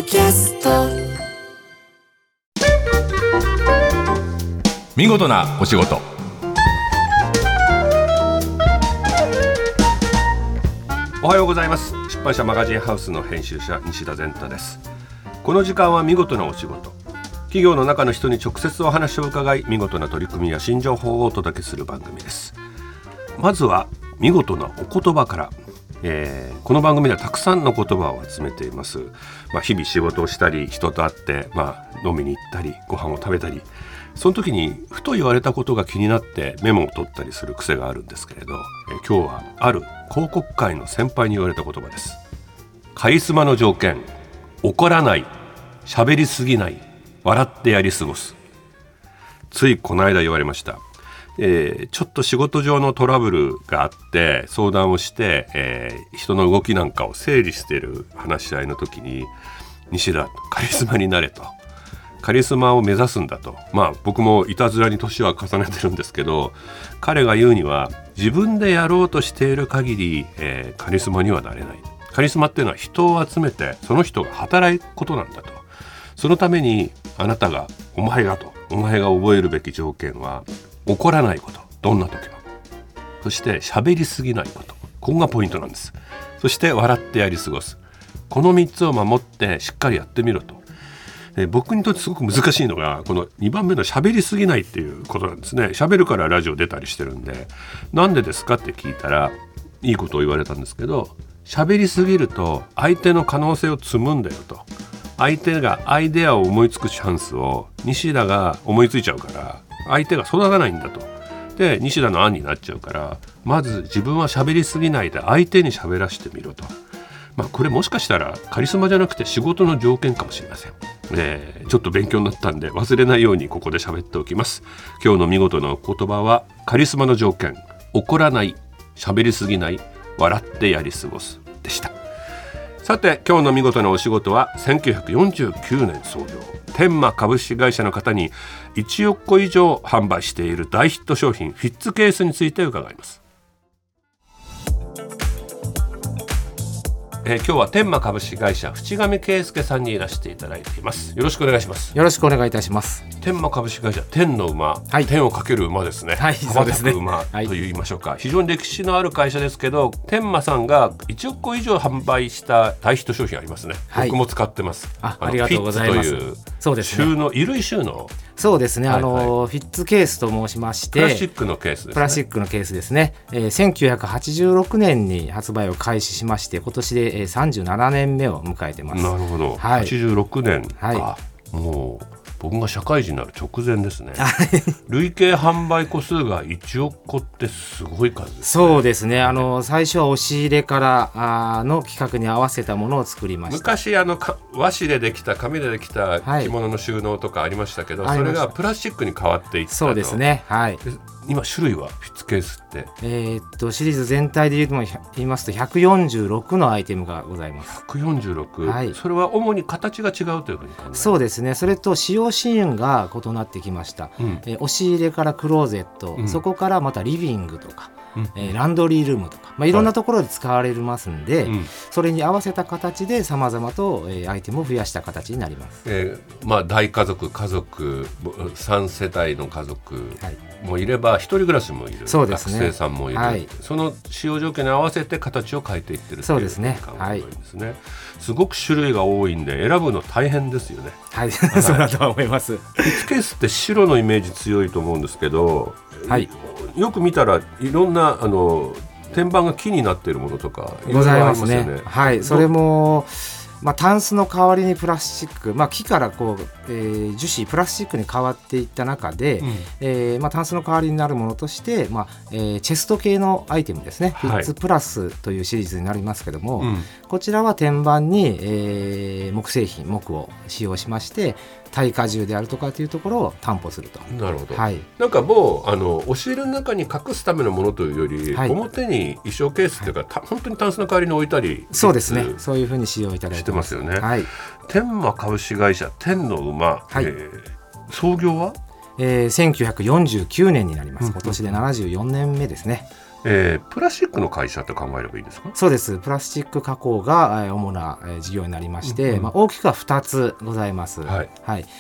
キャスト。 見事なお仕事。おはようございます。出版社マガジンハウスの編集者西田善太です。この時間は見事なお仕事、企業の中の人に直接お話を伺い、見事な取り組みや新情報をお届けする番組です。まずは見事なお言葉から。この番組ではたくさんの言葉を集めています。日々仕事をしたり、人と会って、飲みに行ったり、ご飯を食べたり、その時にふと言われたことが気になってメモを取ったりする癖があるんですけれど、今日はある広告界の先輩に言われた言葉です。カリスマの条件、怒らない、喋りすぎない、笑ってやり過ごす。ついこの間言われました。ちょっと仕事上のトラブルがあって相談をして、人の動きなんかを整理している話し合いの時に、西田、カリスマになれと、カリスマを目指すんだと。僕もいたずらに年は重ねてるんですけど、彼が言うには、自分でやろうとしている限り、カリスマにはなれない。カリスマっていうのは人を集めてその人が働くことなんだと。そのためにあなたが、お前が覚えるべき条件は、怒らないこと、どんな時も。そして喋りすぎないこと、ここがポイントなんです。そして笑ってやり過ごす。この3つを守ってしっかりやってみろと。僕にとってすごく難しいのがこの2番目の喋りすぎないっていうことなんですね。喋るからラジオ出たりしてるんで、なんでですかって聞いたらいいことを言われたんですけど、喋りすぎると相手の可能性を積むんだよと。相手がアイデアを思いつくチャンスを西田が思いついちゃうから、相手が育たないんだと。で、西田の案になっちゃうから、まず自分は喋りすぎないで相手に喋らせてみろと。これもしかしたらカリスマじゃなくて仕事の条件かもしれません。ちょっと勉強になったんで忘れないようにここで喋っておきます。今日の見事なお言葉は、カリスマの条件、怒らない、喋りすぎない、笑ってやり過ごすでした。さて、今日の見事なお仕事は1949年創業、天馬株式会社の方に1億個以上販売している大ヒット商品、フィッツケースについて伺います。今日は天馬株式会社淵上圭介さんにいらしていただいています。よろしくお願いします。 よろしくお願いいたします。 天馬株式会社、天の馬、天をかける馬ですね。 そうですね。 馬と言いましょうか。非常に歴史のある会社ですけど、天馬さんが1億個以上販売した大ヒット商品ありますね。僕も使ってます。 ありがとうございます。 フィッツという、 そうですね、 衣類収納。 そうですね、フィッツケースと申しまして、 プラスチックのケースですね。 プラスチックのケースですね。1986年に発売を開始しまして、今年で37年目を迎えてます。 なるほど、86年か、もう僕が社会人になる直前ですね。累計販売個数が1億個ってすごい数ですね。 そうですね、最初は押し入れからの企画に合わせたものを作りました。 昔和紙でできた、紙でできた着物の収納とかありましたけど、それがプラスチックに変わっていったと。 そうですね、 今種類はフィッツケースってシリーズ全体で言いますと146のアイテムがございます。 146、それは主に形が違うというふうに考えます。 そうですね、それと使用シーンが異なってきました。押し入れからクローゼット、そこからまたリビングとか、ランドリールームとか、いろんなところで使われますんで、それに合わせた形でさまざまと、アイテムを増やした形になります。 大家族、家族3世帯の家族もいれば、一人暮らしもいる、 そうですね、 学生さんもいる、その使用条件に合わせて形を変えていってるというふうに考えるんですね。すごく種類が多いんで選ぶの大変ですよね。 そうだとは思います。 フィッツケースって白のイメージ強いと思うんですけど、よく見たらいろんな天板が木になっているものとかございますね。それもタンスの代わりにプラスチック、木から樹脂プラスチックに変わっていった中で、タンスの代わりになるものとして、チェスト系のアイテムですね、フィッツプラスというシリーズになりますけども、こちらは天板に、木を使用しまして、耐荷重であるとかというところを担保すると。 なるほど、なんかもう押し入れの中に隠すためのものというより、表に衣装ケースというか、本当にタンスの代わりに置いたり、 そうですね、そういうふうに使用いただいてますよね。天馬株式会社、天の馬、創業は 1949年になります。今年で74年目ですね。 プラスチックの会社って考えればいいですか？ そうです。プラスチック加工が主な事業になりまして、大きくは2つございます。で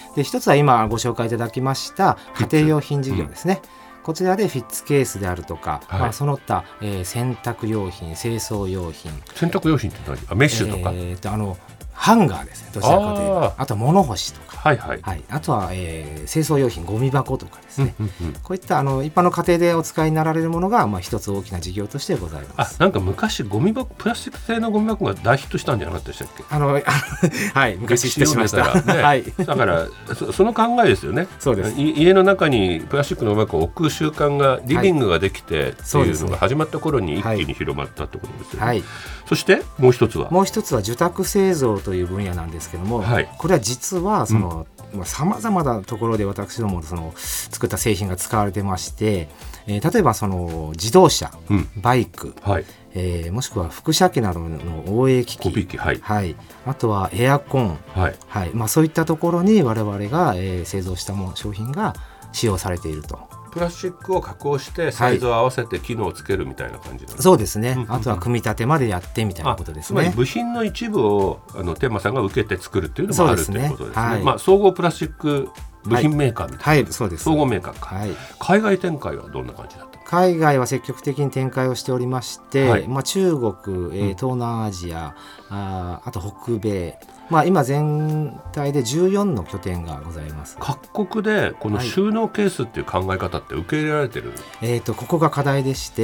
1つは今ご紹介いただきました家庭用品事業ですね。こちらでフィッツケースであるとか、その他、洗濯用品、清掃用品。 洗濯用品って何？メッシュとか、 ハンガーですね。どちらかというと、あとは物干しとか、あとは、清掃用品、ゴミ箱とかですね、こういった一般の家庭でお使いになられるものが、一つ大きな事業としてございます。 なんか昔ゴミ箱、プラスチック製のゴミ箱が大ヒットしたんじゃなかったでしたっけ？ 昔ヒットしました。 だからその考えですよね。 そうです。 家の中にプラスチックのゴミ箱を置く習慣が、リビングができてっていうのが始まった頃に一気に広まったってことですよね。そしてもう一つは受託製造という分野なんですけども、これは実はさまざまなところで私ども作った製品が使われてまして、例えば自動車、バイク、もしくは輻射器などの応援機器、あとはエアコン、そういったところに我々が、製造した商品が使用されていると。 プラスチックを加工してサイズを合わせて機能をつけるみたいな感じなんですか？ そうですね。あとは組み立てまでやってみたいなことですね。 つまり部品の一部を天馬さんが受けて作るっていうのもあるということですね。総合プラスチック部品メーカーみたいな、そうです。総合メーカーか、海外展開はどんな感じだった？ 海外は積極的に展開をしておりまして、中国、東南アジア、あと北米、今全体で14の拠点がございます。 各国でこの収納ケースっていう考え方って受け入れられてる？ ここが課題でして、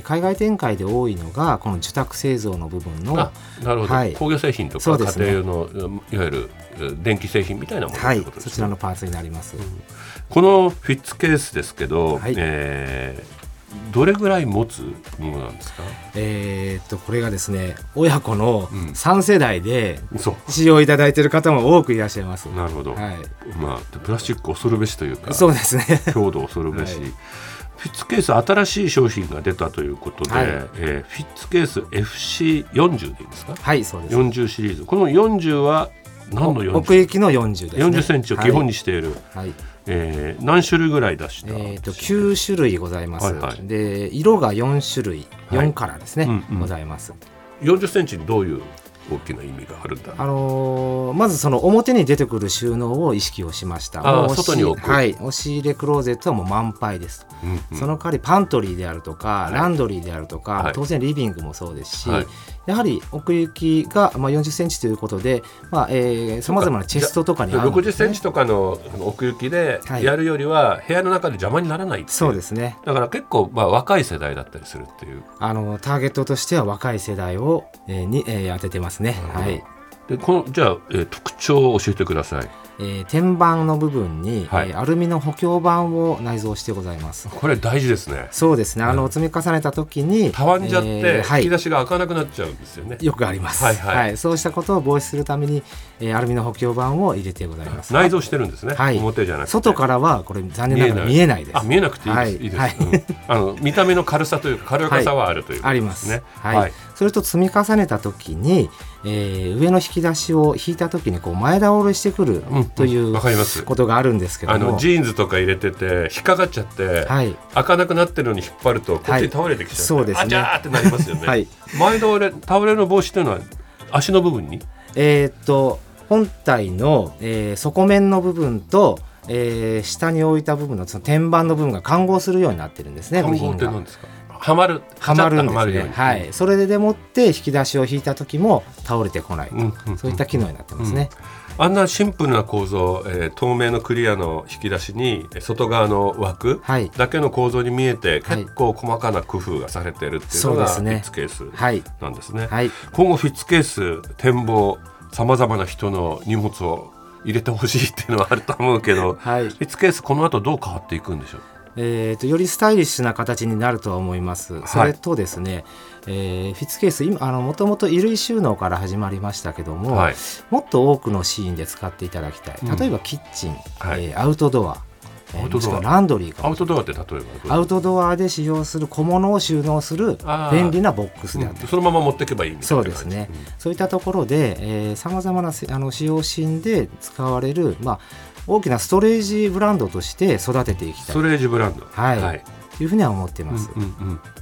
海外展開で多いのがこの受託製造の部分の。 なるほど、工業製品とか家庭用のいわゆる電気製品みたいなものということですね。 そちらのパーツになります。 このフィッツケースですけど、どれぐらい持つものなんですか？ これがですね、親子の3世代で使用いただいている方も多くいらっしゃいます。 なるほど、プラスチック恐るべしというか、 そうですね、 強度恐るべし、フィッツケース新しい商品が出たということで、フィッツケース FC40 でいいですか？ そうです。 40シリーズ、この40は何の40？ 奥行きの40ですね。 40センチを基本にしている、何種類ぐらい出した？ 9種類ございます。で、色が4種類、4カラーですね、ございます。 40センチにどういう大きな意味があるんだ？ まず表に出てくる収納を意識をしました。 外に置く、 押し入れクローゼットはもう満杯です。その代わりパントリーであるとか、ランドリーであるとか、当然リビングもそうですし、やはり奥行きが40センチということで、さまざまなチェストとかに合うんですね。 60センチとかの奥行きでやるよりは部屋の中で邪魔にならないっていう。 そうですね。 だから結構若い世代だったりするっていう、 ターゲットとしては若い世代を、に当ててますね。 でじゃあ、特徴を教えてください。 天板の部分に、アルミの補強板を内蔵してございます。 これ大事ですね。 そうですね。積み重ねた時にたわんじゃって、引き出しが開かなくなっちゃうんですよね。 よくあります。そうしたことを防止するために、アルミの補強板を入れてございます。 内蔵してるんですね。表じゃなくて。 外からはこれ残念ながら見えないです。 見えなくていいです。見た目の軽さというか軽やかさはあるということですね。それと積み重ねた時に、上の引き出しを引いた時に前倒れしてくるということがあるんですけども、ジーンズとか入れてて引っかかっちゃって、開かなくなってるのに引っ張るとこっちに倒れてきちゃって、 そうですね、 あじゃーってなりますよね。前倒れの防止というのは足の部分に本体の、底面の部分と、下に置いた部分の天板の部分が環合するようになってるんですね。 環合って何ですか？はまるんですね。それでもって引き出しを引いた時も倒れてこないと、そういった機能になってますね。 あんなシンプルな構造、透明のクリアの引き出しに外側の枠だけの構造に見えて、結構細かな工夫がされているっていうのがフィッツケースなんですね。今後フィッツケース展望、さまざまな人の荷物を入れてほしいっていうのはあると思うけど、フィッツケースこの後どう変わっていくんでしょう？ よりスタイリッシュな形になるとは思います。それとですね、フィッツケースもともと衣類収納から始まりましたけども、もっと多くのシーンで使っていただきたい。例えばキッチン、アウトドア、もしくはランドリーかもしれない。 アウトドアって例えばアウトドアで使用する小物を収納する便利なボックスであったり、 そのまま持っていけばいいみたいな感じ。 そうですね、そういったところでさまざまな使用シーンで使われる、大きなストレージブランドとして育てていきたい。 ストレージブランド、 というふうには思っています。 ス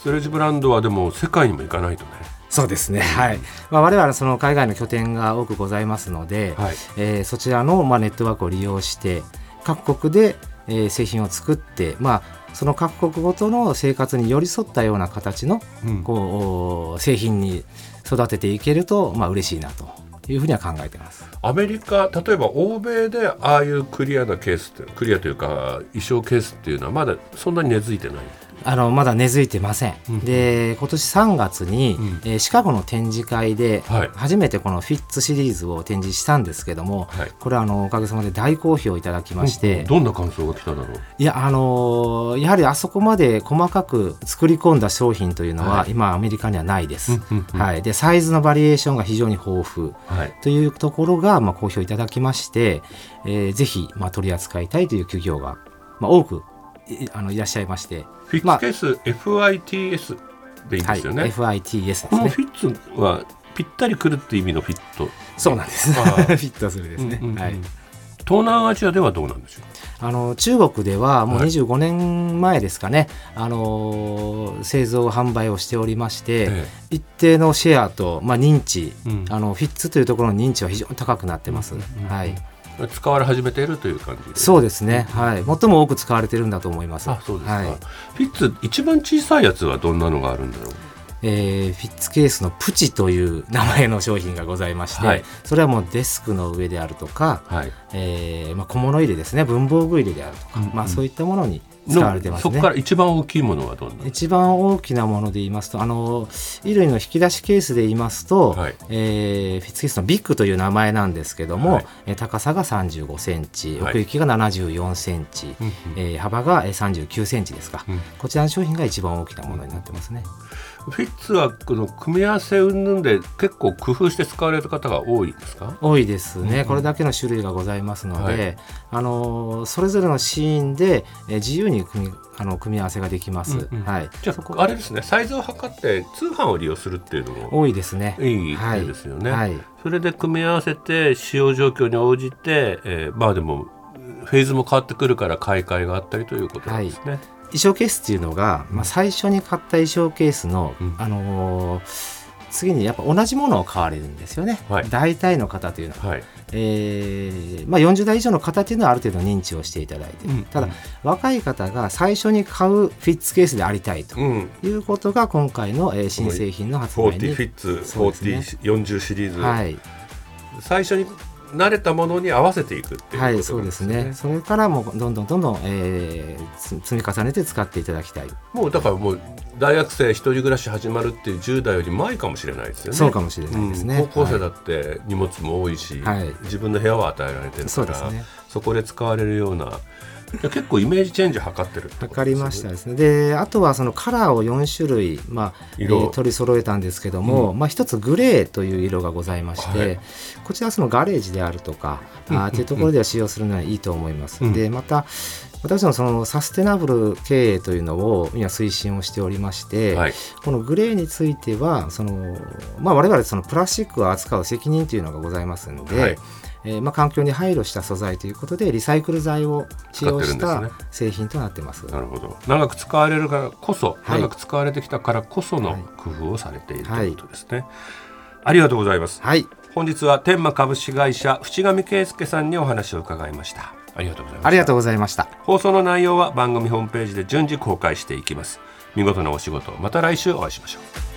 ストレージブランドはでも世界にも行かないとね。 そうですね、はい。我々はその海外の拠点が多くございますので、はい、そちらのネットワークを利用して各国で製品を作って、その各国ごとの生活に寄り添ったような形の製品に育てていけると嬉しいなというふうには考えています。 アメリカ、例えば欧米でああいうクリアなケース、クリアというか衣装ケースっていうのはまだそんなに根付いてない？ まだ根付いてません、で今年3月に、シカゴの展示会で初めてこのフィッツシリーズを展示したんですけども、これはおかげさまで大好評いただきまして、 どんな感想が来ただろう？ いや、やはりあそこまで細かく作り込んだ商品というのは、今アメリカにはないです、でサイズのバリエーションが非常に豊富、というところが好評いただきまして、ぜひ取り扱いたいという企業が、多くいらっしゃいまして、 フィッツケース、FITS でいいんですよね。 FITS ですね。 このフィッツはぴったりくるっていう意味のフィット。 そうなんですフィットするですね、 東南アジアではどうなんでしょう？ 中国ではもう25年前ですかね、製造販売をしておりまして、一定のシェアと、認知、フィッツというところの認知は非常に高くなってます、 使われ始めているという感じで。 そうですね、最も多く使われているんだと思います。 そうですか。フィッツ一番小さいやつはどんなのがあるんだろう？ フィッツケースのプチという名前の商品がございまして、それはもうデスクの上であるとか、小物入れですね、文房具入れであるとか、そういったものに使われてますね。 そこから一番大きいものはどんな？ 一番大きなもので言いますと、衣類の引き出しケースで言いますと、フィッツケースのビッグという名前なんですけども、高さが35センチ、奥行きが74センチ、幅が39センチですか、こちらの商品が一番大きなものになってますね。 フィッツはこの組み合わせ云々で結構工夫して使われる方が多いですか？ 多いですね、これだけの種類がございますので、それぞれのシーンで自由に組み合わせができます、 じゃああれですね、サイズを測って通販を利用するっていうのも多いですね。 いいですよね、それで組み合わせて使用状況に応じて、でもフェーズも変わってくるから買い替えがあったりということなんですね。 衣装ケースっていうのが、最初に買った衣装ケースの、次にやっぱ同じものを買われるんですよね、大体の方というのは、40代以上の方というのはある程度認知をしていただいて、ただ若い方が最初に買うフィッツケースでありたいということが今回の、新製品の発売に 40フィッツ、40シリーズ、最初に慣れたものに合わせていくっていうことなんですね。 そうですね。それからもうどんどん、積み重ねて使っていただきたい。 もうだからもう大学生一人暮らし始まるっていう10代より前かもしれないですよね。 そうかもしれないですね。 高校生だって荷物も多いし、自分の部屋は与えられてるから、そこで使われるような結構イメージチェンジ図ってるってことですね。 図りましたですね。で、あとはそのカラーを4種類、取り揃えたんですけども、一つグレーという色がございまして、こちらはそのガレージであるとか、というところでは使用するのはいいと思います。で、また私のそのサステナブル経営というのを今推進をしておりまして、このグレーについては我々そのプラスチックを扱う責任というのがござこので、環境に配慮した素材ということでリサイクル材を使用した製品となっています。 なるほど。長く使われるからこそ、長く使われてきたからこその工夫をされているということですね。ありがとうございます。本日は天馬株式会社渕上圭介さんにお話を伺いました。ありがとうございました。 ありがとうございました。 放送の内容は番組ホームページで順次公開していきます。見事なお仕事、また来週お会いしましょう。